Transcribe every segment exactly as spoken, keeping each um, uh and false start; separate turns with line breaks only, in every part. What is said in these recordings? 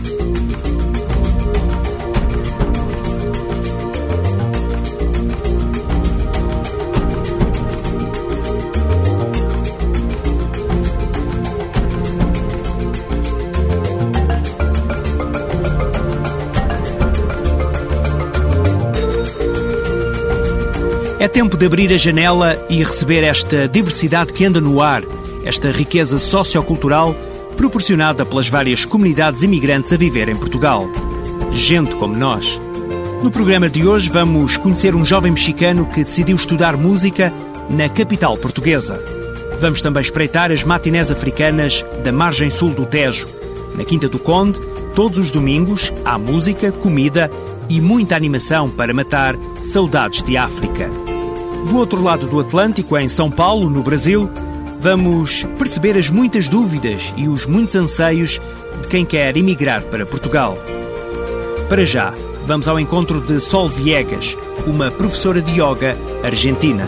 É tempo de abrir a janela e receber esta diversidade que anda no ar, esta riqueza sociocultural proporcionada pelas várias comunidades imigrantes a viver em Portugal. Gente como nós. No programa de hoje vamos conhecer um jovem mexicano que decidiu estudar música na capital portuguesa. Vamos também espreitar as matinés africanas da margem sul do Tejo. Na Quinta do Conde, todos os domingos, há música, comida e muita animação para matar saudades de África. Do outro lado do Atlântico, em São Paulo, no Brasil, vamos perceber as muitas dúvidas e os muitos anseios de quem quer emigrar para Portugal. Para já, vamos ao encontro de Sol Viegas, uma professora de yoga argentina.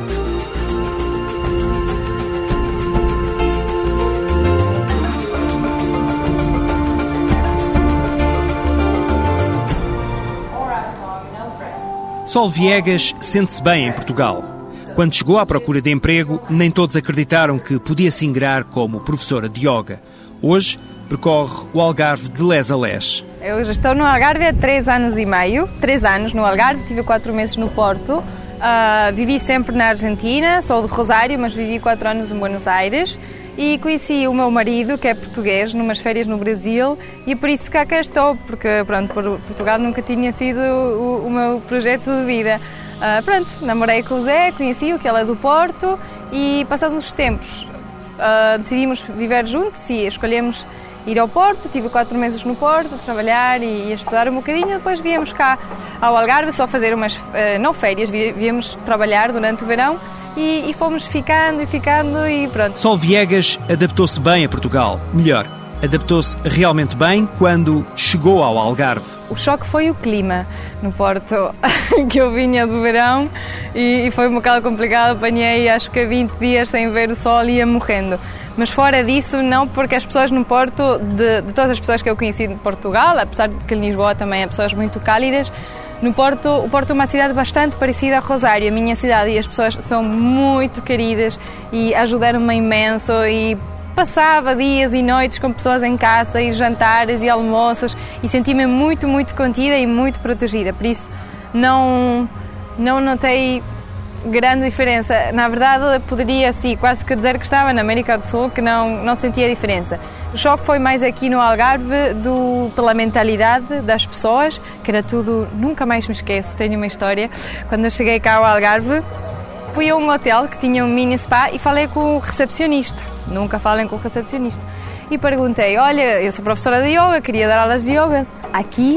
Sol Viegas sente-se bem em Portugal. Quando chegou à procura de emprego, nem todos acreditaram que podia se ingrar como professora de yoga. Hoje, percorre o Algarve de les a les.
Eu já estou no Algarve há três anos e meio. Três anos no Algarve, tive quatro meses no Porto. Uh, vivi sempre na Argentina, sou de Rosário, mas vivi quatro anos em Buenos Aires. E conheci o meu marido, que é português, numas férias no Brasil, e por isso cá cá estou, porque pronto, Portugal nunca tinha sido o, o meu projeto de vida. Uh, pronto, namorei com o Zé, conheci-o, que ele é do Porto, e passados os tempos uh, decidimos viver juntos e escolhemos ir ao Porto. Tive quatro meses no Porto, trabalhar e, e estudar um bocadinho. Depois viemos cá ao Algarve só fazer umas, uh, não férias, viemos trabalhar durante o verão e, e fomos ficando e ficando e pronto.
Sol Viegas adaptou-se bem a Portugal. Melhor, adaptou-se realmente bem quando chegou ao Algarve.
O choque foi o clima no Porto, que eu vinha do verão e, e foi um bocado complicado. Apanhei acho que vinte dias sem ver o sol e ia morrendo. Mas fora disso, não, porque as pessoas no Porto, de, de todas as pessoas que eu conheci de Portugal, apesar de que em Lisboa também há pessoas muito cálidas, no Porto, o Porto é uma cidade bastante parecida a Rosário, a minha cidade, e as pessoas são muito queridas e ajudaram-me imenso e passava dias e noites com pessoas em casa e jantares e almoços e senti-me muito, muito contida e muito protegida. Por isso, não, não notei grande diferença. Na verdade, poderia sim, quase que dizer que estava na América do Sul, que não, não sentia diferença. O choque foi mais aqui no Algarve do, pela mentalidade das pessoas, que era tudo, nunca mais me esqueço, tenho uma história. Quando eu cheguei cá ao Algarve, fui a um hotel que tinha um mini spa e falei com o recepcionista. Nunca falem com o recepcionista. E perguntei, olha, eu sou professora de yoga, queria dar aulas de yoga. Aqui,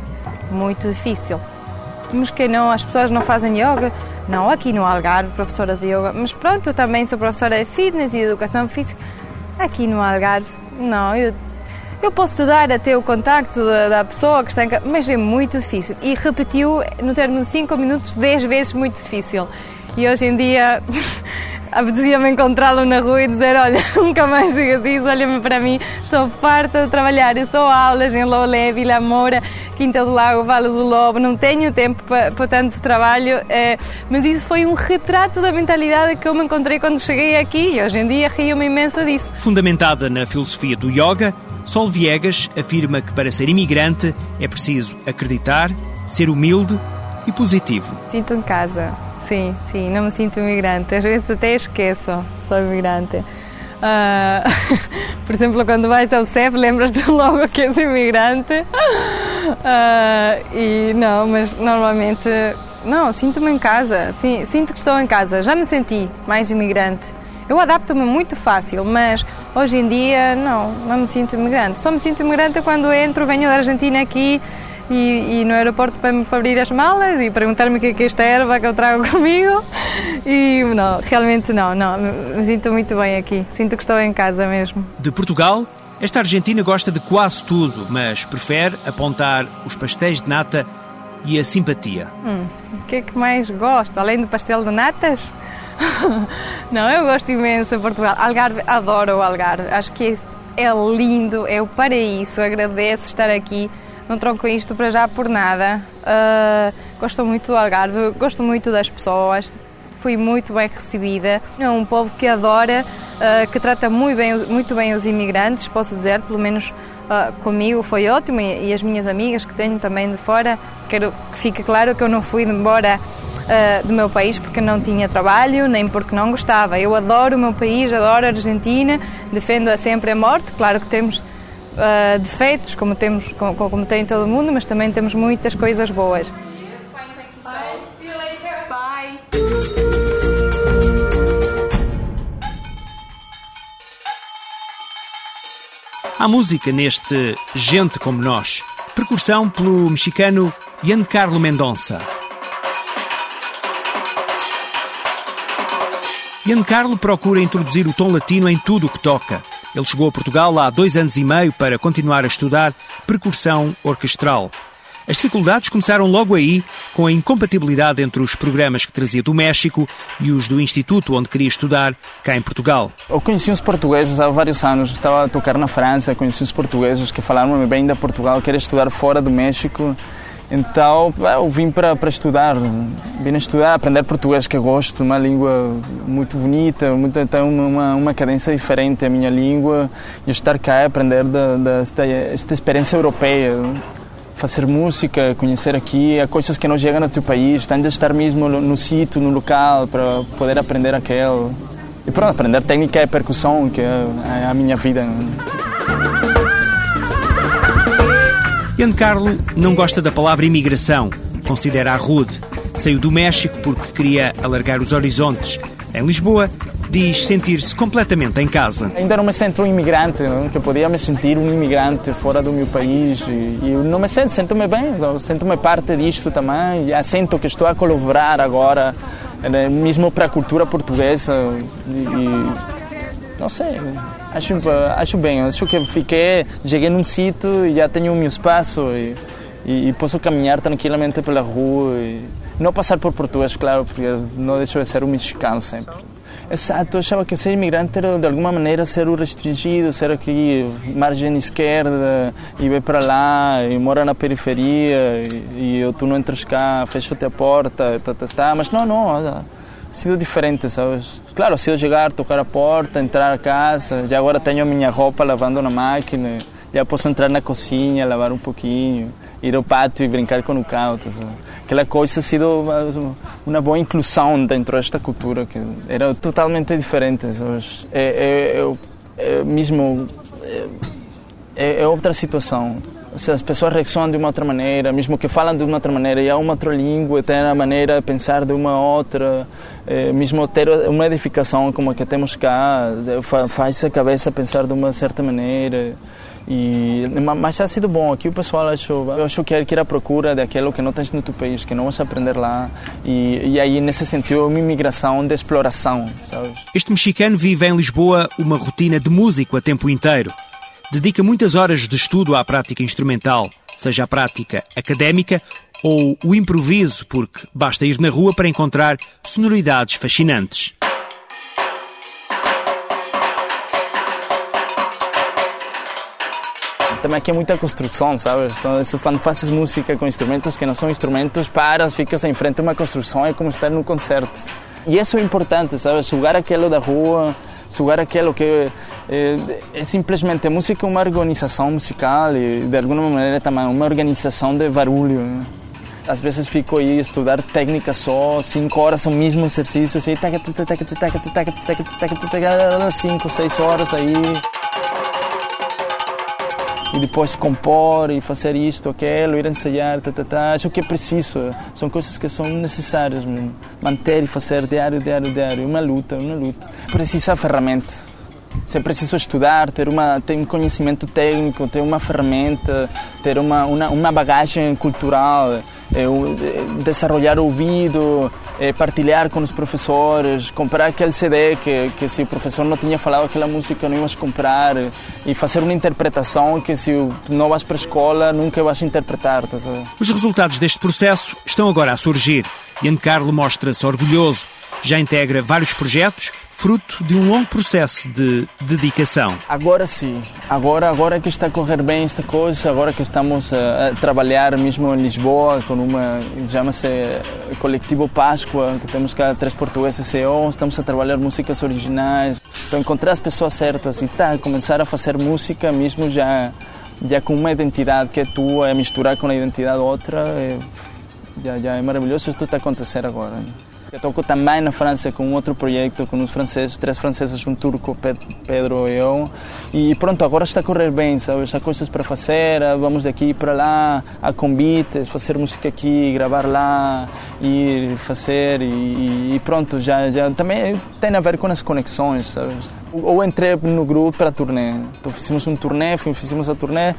muito difícil. Mas que não, as pessoas não fazem yoga? Não, aqui no Algarve, professora de yoga. Mas pronto, eu também sou professora de fitness e de educação física. Aqui no Algarve, não, eu, eu posso te dar até o contacto da, da pessoa que está em casa, mas é muito difícil. E repetiu, no termo de cinco minutos, dez vezes muito difícil. E hoje em dia apetecia-me encontrá-lo na rua e dizer, olha, nunca mais digas isso, olha-me para mim, estou farta de trabalhar, eu dou aulas em Lolé, Vila Moura, Quinta do Lago, Vale do Lobo, não tenho tempo para, para tanto trabalho, é, mas isso foi um retrato da mentalidade que eu me encontrei quando cheguei aqui e hoje em dia rio-me imenso disso.
Fundamentada na filosofia do yoga, Sol Viegas afirma que para ser imigrante é preciso acreditar, ser humilde e positivo.
Sinto em casa. Sim, sim, não me sinto imigrante. Às vezes até esqueço, sou imigrante. Uh, por exemplo, quando vais ao C E F, lembras-te logo que és imigrante. Uh, e não, mas normalmente, não, sinto-me em casa. Sim, sinto que estou em casa. Já me senti mais imigrante. Eu adapto-me muito fácil, mas hoje em dia, não, não me sinto imigrante. Só me sinto imigrante quando entro, venho da Argentina aqui, E, e no aeroporto para, para abrir as malas e perguntar-me o que é que esta erva que eu trago comigo e não, realmente não, não, me sinto muito bem aqui, sinto que estou em casa mesmo.
De Portugal, esta argentina gosta de quase tudo, mas prefere apontar os pastéis de nata e a simpatia.
Hum, o que é que mais gosto, além do pastel de natas? Não, eu gosto imenso de Portugal. Algarve, adoro o Algarve, acho que é lindo, é o paraíso, agradeço estar aqui, não troco isto para já por nada. Uh, gosto muito do Algarve, gosto muito das pessoas, fui muito bem recebida. É um povo que adora, uh, que trata muito bem, muito bem os imigrantes, posso dizer, pelo menos uh, comigo foi ótimo, e, e as minhas amigas que tenho também de fora, quero que fique claro que eu não fui embora Uh, do meu país porque não tinha trabalho, nem porque não gostava. Eu adoro o meu país, adoro a Argentina, defendo-a sempre a morte. Claro que temos uh, defeitos, como, temos, como, como tem todo mundo, mas também temos muitas coisas boas.
Há música neste Gente Como Nós, percussão pelo mexicano Giancarlo Mendonça. Giancarlo procura introduzir o tom latino em tudo o que toca. Ele chegou a Portugal há dois anos e meio para continuar a estudar percussão orquestral. As dificuldades começaram logo aí, com a incompatibilidade entre os programas que trazia do México e os do instituto onde queria estudar, cá em Portugal.
Eu conheci os portugueses há vários anos, estava a tocar na França, conheci os portugueses que falaram bem de Portugal, queria estudar fora do México. Então, eu vim para, para estudar, vim estudar, aprender português, que eu gosto, uma língua muito bonita, muito, tem uma, uma cadência diferente a minha língua, e estar cá, aprender da, da, esta, esta experiência europeia, fazer música, conhecer aqui, coisas que não chegam no teu país, tem de estar mesmo no, no sítio, no local, para poder aprender aquilo. E pronto, aprender técnica e percussão, que é a minha vida.
Giancarlo não gosta da palavra imigração, considera-a rude. Saiu do México porque queria alargar os horizontes. Em Lisboa, diz sentir-se completamente em casa.
Ainda não me sinto um imigrante, não? Que eu podia me sentir um imigrante fora do meu país. E, e eu não me sinto, sinto-me bem, sinto-me parte disto também. E sinto que estou a colaborar agora, mesmo para a cultura portuguesa. E, e, não sei... Acho, acho bem, acho que fiquei, cheguei num sítio e já tenho o meu espaço e, e, e posso caminhar tranquilamente pela rua e não passar por português, claro, porque não deixo de ser um mexicano sempre. Exato, eu achava que ser imigrante era de alguma maneira ser o restringido, ser aqui margem esquerda e vai para lá e mora na periferia e, e tu não entras cá, fecha-te a porta, tá, tá, tá. Mas não, não, olha. Ha sido diferente, sabes? Claro, ha sido chegar, tocar a porta, entrar a casa. Já agora tenho a minha roupa lavando na máquina. Já posso entrar na cozinha, lavar um pouquinho, ir ao pátio e brincar com o cão. Aquela coisa ha sido uma boa inclusão dentro desta cultura, que era totalmente diferente, sabes? É, é, é, mesmo, é, é outra situação. Se as pessoas reaccionam de uma outra maneira, mesmo que falam de uma outra maneira, e há uma outra língua, tem a maneira de pensar de uma outra, é, mesmo ter uma edificação como a que temos cá, faz a cabeça pensar de uma certa maneira. E, mas ha sido bom, aqui o pessoal achou, eu acho que ir à procura daquilo que não tens no teu país, que não vas aprender lá, e, e aí nesse sentido uma imigração de exploração, sabes?
Este mexicano vive em Lisboa uma rotina de músico a tempo inteiro. Dedica muitas horas de estudo à prática instrumental, seja a prática académica ou o improviso, porque basta ir na rua para encontrar sonoridades fascinantes.
Também aqui é muita construção, sabes? Então, quando fazes música com instrumentos que não são instrumentos, paras, ficas em frente a uma construção, é como estar num concerto. E isso é importante, sabes? Jogar aquilo da rua, jogar aquilo que é, é simplesmente a música é uma organização musical e de alguma maneira também uma organização de barulho. Né? Às vezes fico aí a estudar técnica só, cinco horas o mesmo exercício, assim, cinco, seis horas aí. E depois compor e fazer isto, aquilo, ir ensaiar, tá, tá, tá. Acho que é preciso, são coisas que são necessárias mesmo. Manter e fazer diário, diário, diário, uma luta, uma luta. Precisa ferramenta. Você precisa estudar, ter, uma, ter um conhecimento técnico, ter uma ferramenta, ter uma, uma, uma bagagem cultural, é, desenvolver o ouvido, é, partilhar com os professores, comprar aquele C D que, que se o professor não tinha falado aquela música não ias comprar e fazer uma interpretação que se não vais para a escola nunca vais interpretar. Tá?
Os resultados deste processo estão agora a surgir. Giancarlo mostra-se orgulhoso, já integra vários projetos, fruto de um longo processo de dedicação.
Agora sim, agora, agora que está a correr bem esta coisa, agora que estamos a, a trabalhar mesmo em Lisboa com uma, chama-se Coletivo Páscoa, que temos cá três portugueses e eu, estamos a trabalhar músicas originais, então encontrar as pessoas certas e tá, começar a fazer música mesmo já, já com uma identidade que é tua, é misturar com a identidade outra, é, já, já é maravilhoso, isto está a acontecer agora. Eu toco também na França com outro projeto, com os franceses, três franceses, um turco, Pedro e eu. E pronto, agora está a correr bem, sabe? Há coisas para fazer, vamos daqui para lá, há convites, fazer música aqui, gravar lá, ir fazer e, e pronto, já, já também tem a ver com as conexões, sabe? Ou entrei no grupo para a turnê, então fizemos um turnê, fizemos a turnê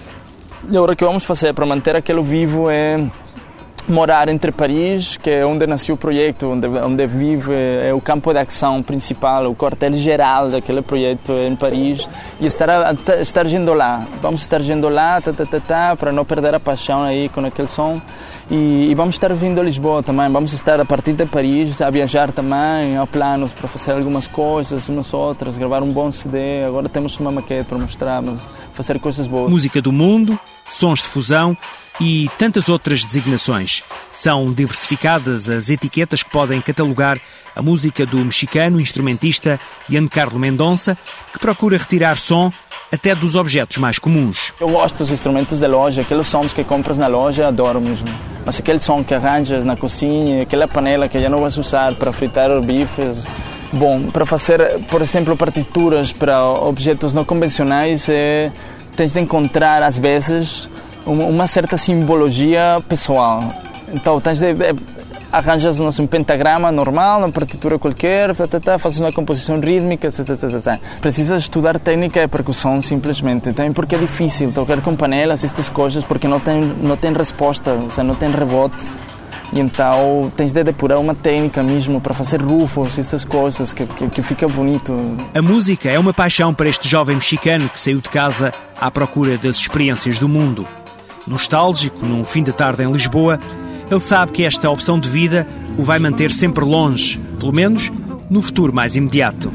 e agora o que vamos fazer para manter aquilo vivo é morar entre Paris, que é onde nasceu o projeto, onde, onde vive, é o campo de ação principal, o quartel-geral daquele projeto em Paris, e estar, a, estar indo lá. Vamos estar indo lá, tá, tá, tá, tá, para não perder a paixão aí com aquele som. E, e vamos estar vindo a Lisboa também, vamos estar a partir de Paris a viajar também, há planos para fazer algumas coisas, umas outras, gravar um bom C D, agora temos uma maquete para mostrar, mas fazer coisas boas.
Música do mundo, sons de fusão e tantas outras designações. São diversificadas as etiquetas que podem catalogar a música do mexicano instrumentista Giancarlo Mendonça, que procura retirar som até dos objetos mais comuns.
Eu gosto dos instrumentos de loja, aqueles sons que compras na loja, adoro mesmo. Mas aquele som que arranjas na cozinha, aquela panela que já não vais usar para fritar os bifes. Bom, para fazer, por exemplo, partituras para objetos não convencionais, é, tens de encontrar, às vezes, uma certa simbologia pessoal. Então, tens de, arranjas um pentagrama normal, uma partitura qualquer, tá, tá, tá, fazes uma composição rítmica, tá, tá, tá, tá. Precisas estudar técnica de percussão simplesmente, também porque é difícil tocar com panelas, estas coisas, porque não tem, não tem resposta, ou seja, não tem rebote. E então tens de depurar uma técnica mesmo para fazer rufos, essas coisas, que, que, que fica bonito.
A música é uma paixão para este jovem mexicano que saiu de casa à procura das experiências do mundo. Nostálgico, num fim de tarde em Lisboa, ele sabe que esta opção de vida o vai manter sempre longe, pelo menos no futuro mais imediato.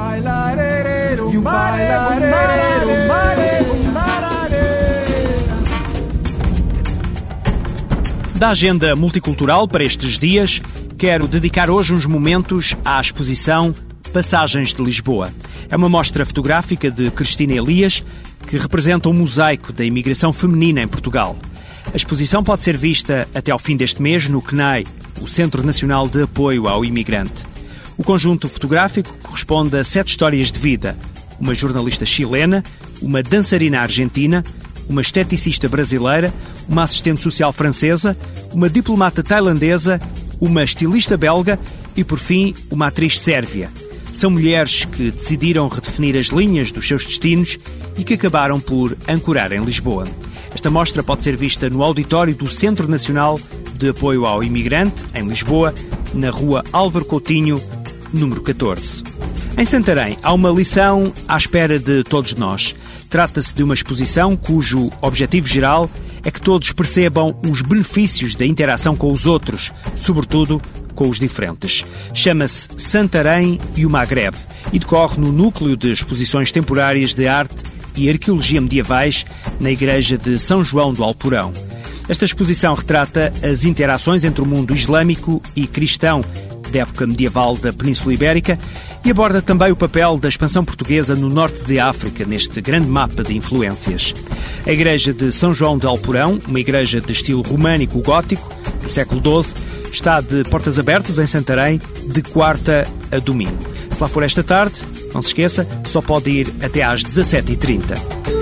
Da agenda multicultural para estes dias, quero dedicar hoje uns momentos à exposição Passagens de Lisboa. É uma mostra fotográfica de Cristina Elias que representa um mosaico da imigração feminina em Portugal. A exposição pode ser vista até ao fim deste mês no C N A I, o Centro Nacional de Apoio ao Imigrante. O conjunto fotográfico corresponde a sete histórias de vida. Uma jornalista chilena, uma dançarina argentina, uma esteticista brasileira, uma assistente social francesa, uma diplomata tailandesa, uma estilista belga e, por fim, uma atriz sérvia. São mulheres que decidiram redefinir as linhas dos seus destinos e que acabaram por ancorar em Lisboa. Esta mostra pode ser vista no auditório do Centro Nacional de Apoio ao Imigrante, em Lisboa, na rua Álvaro Coutinho, número catorze. Em Santarém, há uma lição à espera de todos nós. Trata-se de uma exposição cujo objetivo geral é que todos percebam os benefícios da interação com os outros, sobretudo com os diferentes. Chama-se Santarém e o Magreb e decorre no núcleo de exposições temporárias de arte e arqueologia medievais na Igreja de São João do Alporão. Esta exposição retrata as interações entre o mundo islâmico e cristão da época medieval da Península Ibérica e aborda também o papel da expansão portuguesa no norte de África, neste grande mapa de influências. A Igreja de São João de Alporão, uma igreja de estilo românico-gótico do século doze, está de portas abertas em Santarém de quarta a domingo. Se lá for esta tarde, não se esqueça, só pode ir até às dezassete e trinta.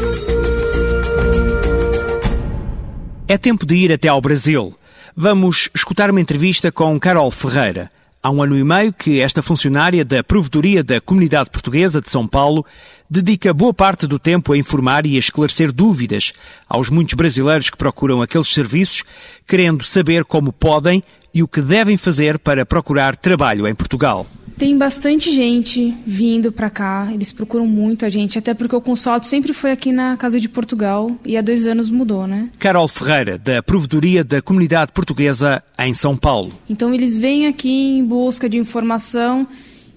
É tempo de ir até ao Brasil. Vamos escutar uma entrevista com Carol Ferreira. Há um ano e meio que esta funcionária da Provedoria da Comunidade Portuguesa de São Paulo dedica boa parte do tempo a informar e a esclarecer dúvidas aos muitos brasileiros que procuram aqueles serviços, querendo saber como podem e o que devem fazer para procurar trabalho em Portugal.
Tem bastante gente vindo para cá, eles procuram muito a gente, até porque o consulado sempre foi aqui na Casa de Portugal e há dois anos mudou, né?
Carol Ferreira, da Provedoria da Comunidade Portuguesa em São Paulo.
Então eles vêm aqui em busca de informação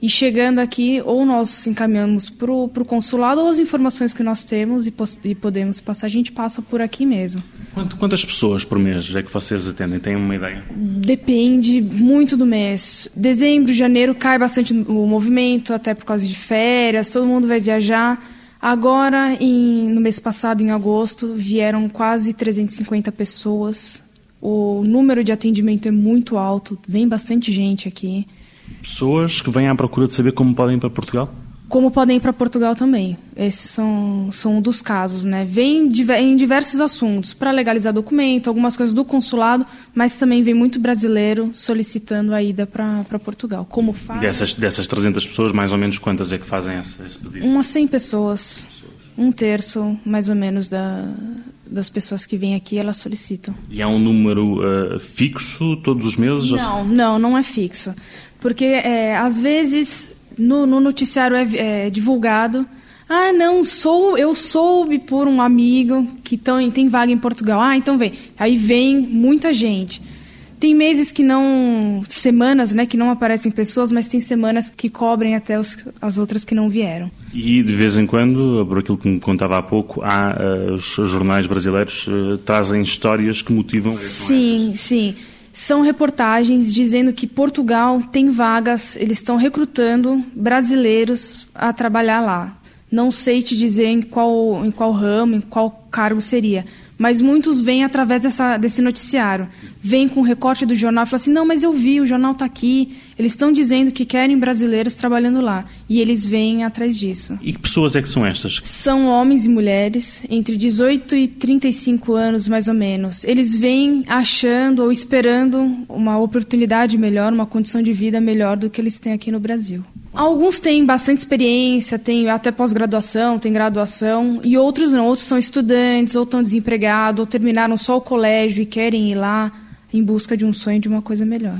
E chegando aqui, ou nós encaminhamos para o consulado, ou as informações que nós temos e, e podemos passar, a gente passa por aqui mesmo.
Quantas pessoas por mês é que vocês atendem? Tem uma ideia?
Depende muito do mês. Dezembro, janeiro cai bastante o movimento, até por causa de férias, todo mundo vai viajar. Agora, em, no mês passado, em agosto, vieram quase trezentas e cinquenta pessoas. O número de atendimento é muito alto, vem bastante gente aqui.
Pessoas que vêm à procura de saber como podem ir para Portugal?
Como podem ir para Portugal também. Esses são, são um dos casos, né? Vem em diversos assuntos, para legalizar documento, algumas coisas do consulado, mas também vem muito brasileiro solicitando a ida para Portugal. Como faz?
Dessas, dessas trezentas pessoas, mais ou menos quantas é que fazem esse, esse pedido?
Umas cem pessoas. Um terço, mais ou menos, da, das pessoas que vêm aqui, elas solicitam.
E há um número uh, fixo todos os meses?
Não, não, não é fixo. Porque, é, às vezes, no, no noticiário é, é divulgado, ah, não, sou, eu soube por um amigo que tão, tem vaga em Portugal. Ah, então vem. Aí vem muita gente. Tem meses que não, semanas, né, que não aparecem pessoas, mas tem semanas que cobrem até os, as outras que não vieram.
E de vez em quando, por aquilo que me contava há pouco, há, uh, os jornais brasileiros uh, trazem histórias que motivam...
Sim, sim. São reportagens dizendo que Portugal tem vagas, eles estão recrutando brasileiros a trabalhar lá. Não sei te dizer em qual, em qual ramo, em qual cargo seria, mas muitos vêm através dessa, desse noticiário. Vêm com o recorte do jornal e falam assim, não, mas eu vi, o jornal está aqui, eles estão dizendo que querem brasileiros trabalhando lá. E eles vêm atrás disso.
E que pessoas é que são estas?
São homens e mulheres, entre dezoito e trinta e cinco anos, mais ou menos. Eles vêm achando ou esperando uma oportunidade melhor, uma condição de vida melhor do que eles têm aqui no Brasil. Alguns têm bastante experiência, têm até pós-graduação, têm graduação, e outros não. Outros são estudantes, ou estão desempregados, ou terminaram só o colégio e querem ir lá em busca de um sonho, de uma coisa melhor.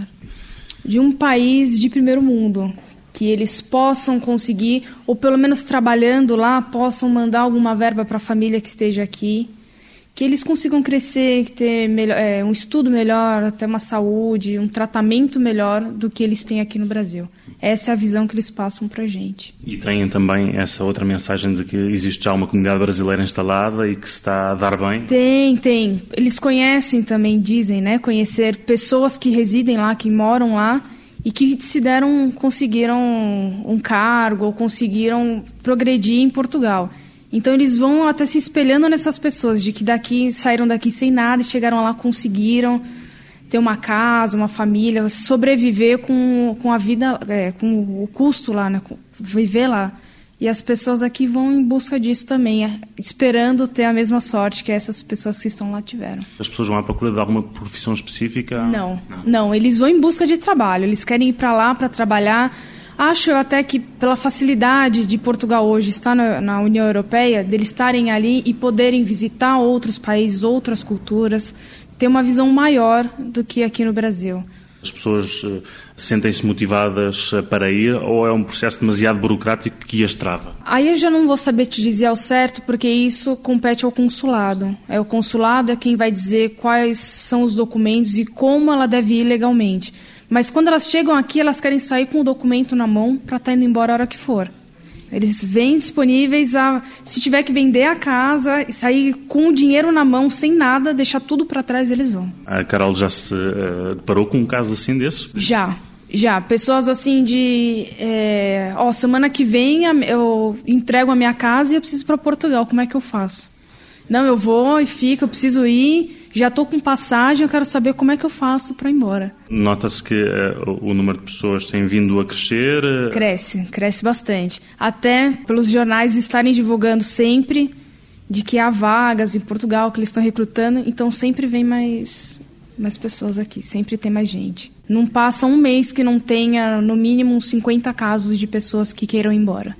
De um país de primeiro mundo, que eles possam conseguir, ou pelo menos trabalhando lá, possam mandar alguma verba para a família que esteja aqui, que eles consigam crescer, ter melhor, é, um estudo melhor, até uma saúde, um tratamento melhor do que eles têm aqui no Brasil. Essa é a visão que eles passam para a gente.
E têm também essa outra mensagem de que existe já uma comunidade brasileira instalada e que se está a dar bem?
Tem, tem. Eles conhecem também, dizem, né? Conhecer pessoas que residem lá, que moram lá e que se deram, conseguiram um cargo ou conseguiram progredir em Portugal. Então eles vão até se espelhando nessas pessoas, de que daqui saíram daqui sem nada e chegaram lá, conseguiram ter uma casa, uma família, sobreviver com, com a vida, é, com o custo lá, né? Viver lá. E as pessoas aqui vão em busca disso também, é, esperando ter a mesma sorte que essas pessoas que estão lá tiveram.
As pessoas vão à procura de alguma profissão específica?
Não, não, não eles vão em busca de trabalho, eles querem ir para lá para trabalhar. Acho até que pela facilidade de Portugal hoje estar na, na União Europeia, deles estarem ali e poderem visitar outros países, outras culturas, ter uma visão maior do que aqui no Brasil.
As pessoas uh, sentem-se motivadas uh, para ir ou é um processo demasiado burocrático que as trava?
Aí eu já não vou saber te dizer ao certo, porque isso compete ao consulado. É o consulado é quem vai dizer quais são os documentos e como ela deve ir legalmente. Mas quando elas chegam aqui, elas querem sair com o documento na mão para estar indo embora a hora que for. Eles vêm disponíveis a, se tiver que vender a casa, sair com o dinheiro na mão, sem nada, deixar tudo para trás, eles vão.
A Carol já se uh, deparou com um caso assim desse?
Já, já. Pessoas assim de, é, ó, semana que vem eu entrego a minha casa e eu preciso ir para Portugal, como é que eu faço? Não, eu vou e fico, eu preciso ir, já estou com passagem, eu quero saber como é que eu faço para ir embora.
Nota-se que uh, o número de pessoas tem vindo a crescer? Uh...
Cresce, cresce bastante. Até pelos jornais estarem divulgando sempre de que há vagas em Portugal, que eles estão recrutando, então sempre vem mais, mais pessoas aqui, sempre tem mais gente. Não passa um mês que não tenha, no mínimo, uns cinquenta casos de pessoas que queiram ir embora.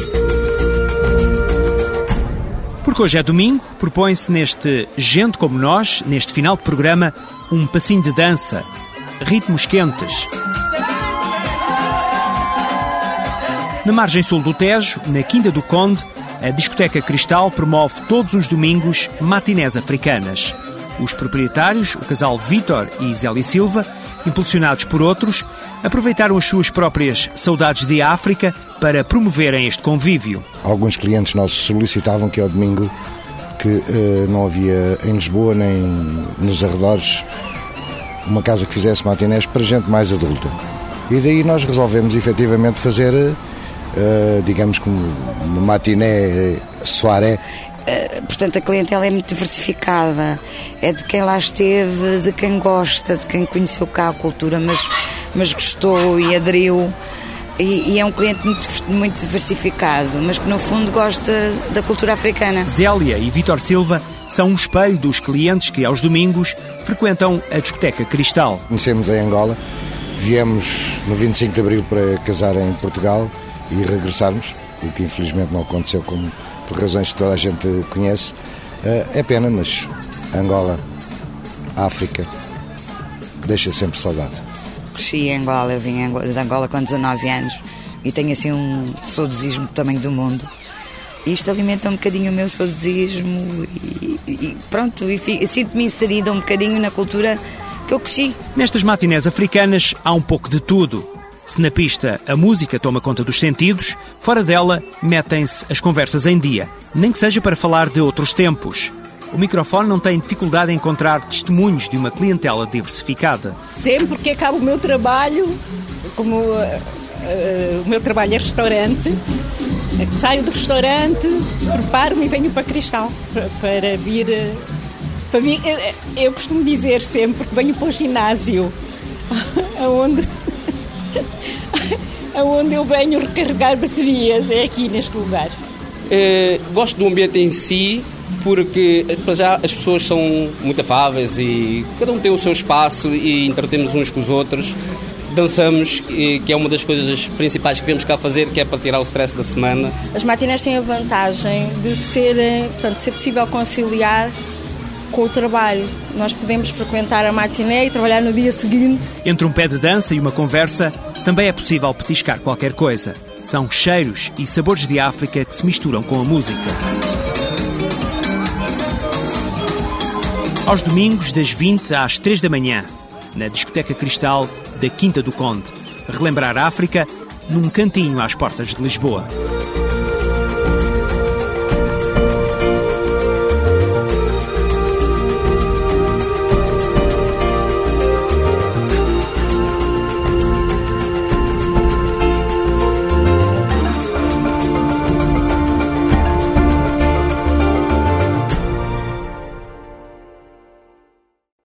Porque hoje é domingo, propõe-se neste Gente Como Nós, neste final de programa, um passinho de dança, ritmos quentes. Na margem sul do Tejo, na Quinta do Conde, a discoteca Cristal promove todos os domingos matinés africanas. Os proprietários, o casal Vítor e Zélia Silva, impulsionados por outros, aproveitaram as suas próprias saudades de África para promoverem este convívio.
Alguns clientes nossos solicitavam que ao domingo que uh, não havia em Lisboa nem nos arredores uma casa que fizesse matinés para gente mais adulta. E daí nós resolvemos efetivamente fazer, uh, digamos, como uma matiné soirée.
Uh, portanto, a clientela é muito diversificada, é de quem lá esteve, de quem gosta, de quem conheceu cá a cultura, mas, mas gostou e aderiu. E, e é um cliente muito, muito diversificado, mas que no fundo gosta da cultura africana.
Zélia e Vítor Silva são um espelho dos clientes que aos domingos frequentam a discoteca Cristal.
Conhecemos em Angola, viemos no vinte e cinco de Abril para casar em Portugal e regressarmos, o que infelizmente não aconteceu como, por razões que toda a gente conhece. É pena, mas Angola, África, deixa sempre saudade.
Cresci em Angola, eu vim de Angola com dezanove anos e tenho assim um saudosismo do tamanho do mundo. E isto alimenta um bocadinho o meu saudosismo e, e pronto, e, e sinto-me inserida um bocadinho na cultura que eu cresci.
Nestas matinés africanas há um pouco de tudo. Se na pista a música toma conta dos sentidos, fora dela metem-se as conversas em dia, nem que seja para falar de outros tempos. O microfone não tem dificuldade em encontrar testemunhos de uma clientela diversificada.
Sempre que acabo o meu trabalho, como uh, uh, o meu trabalho é restaurante, uh, saio do restaurante, preparo-me e venho para Cristal, para, para vir... Uh, para vir uh, eu costumo dizer sempre que venho para o ginásio, onde, onde eu venho recarregar baterias, é aqui neste lugar.
Uh, gosto do ambiente em si, porque para já as pessoas são muito afáveis e cada um tem o seu espaço e entretemos uns com os outros, dançamos, e, que é uma das coisas principais que vemos cá fazer, que é para tirar o stress da semana.
As matinés têm a vantagem de ser, portanto, ser possível conciliar com o trabalho. Nós podemos frequentar a matiné e trabalhar no dia seguinte.
Entre um pé de dança e uma conversa, também é possível petiscar qualquer coisa. São cheiros e sabores de África que se misturam com a música. Aos domingos, das vinte às três da manhã, na discoteca Cristal da Quinta do Conde. Relembrar a África num cantinho às portas de Lisboa.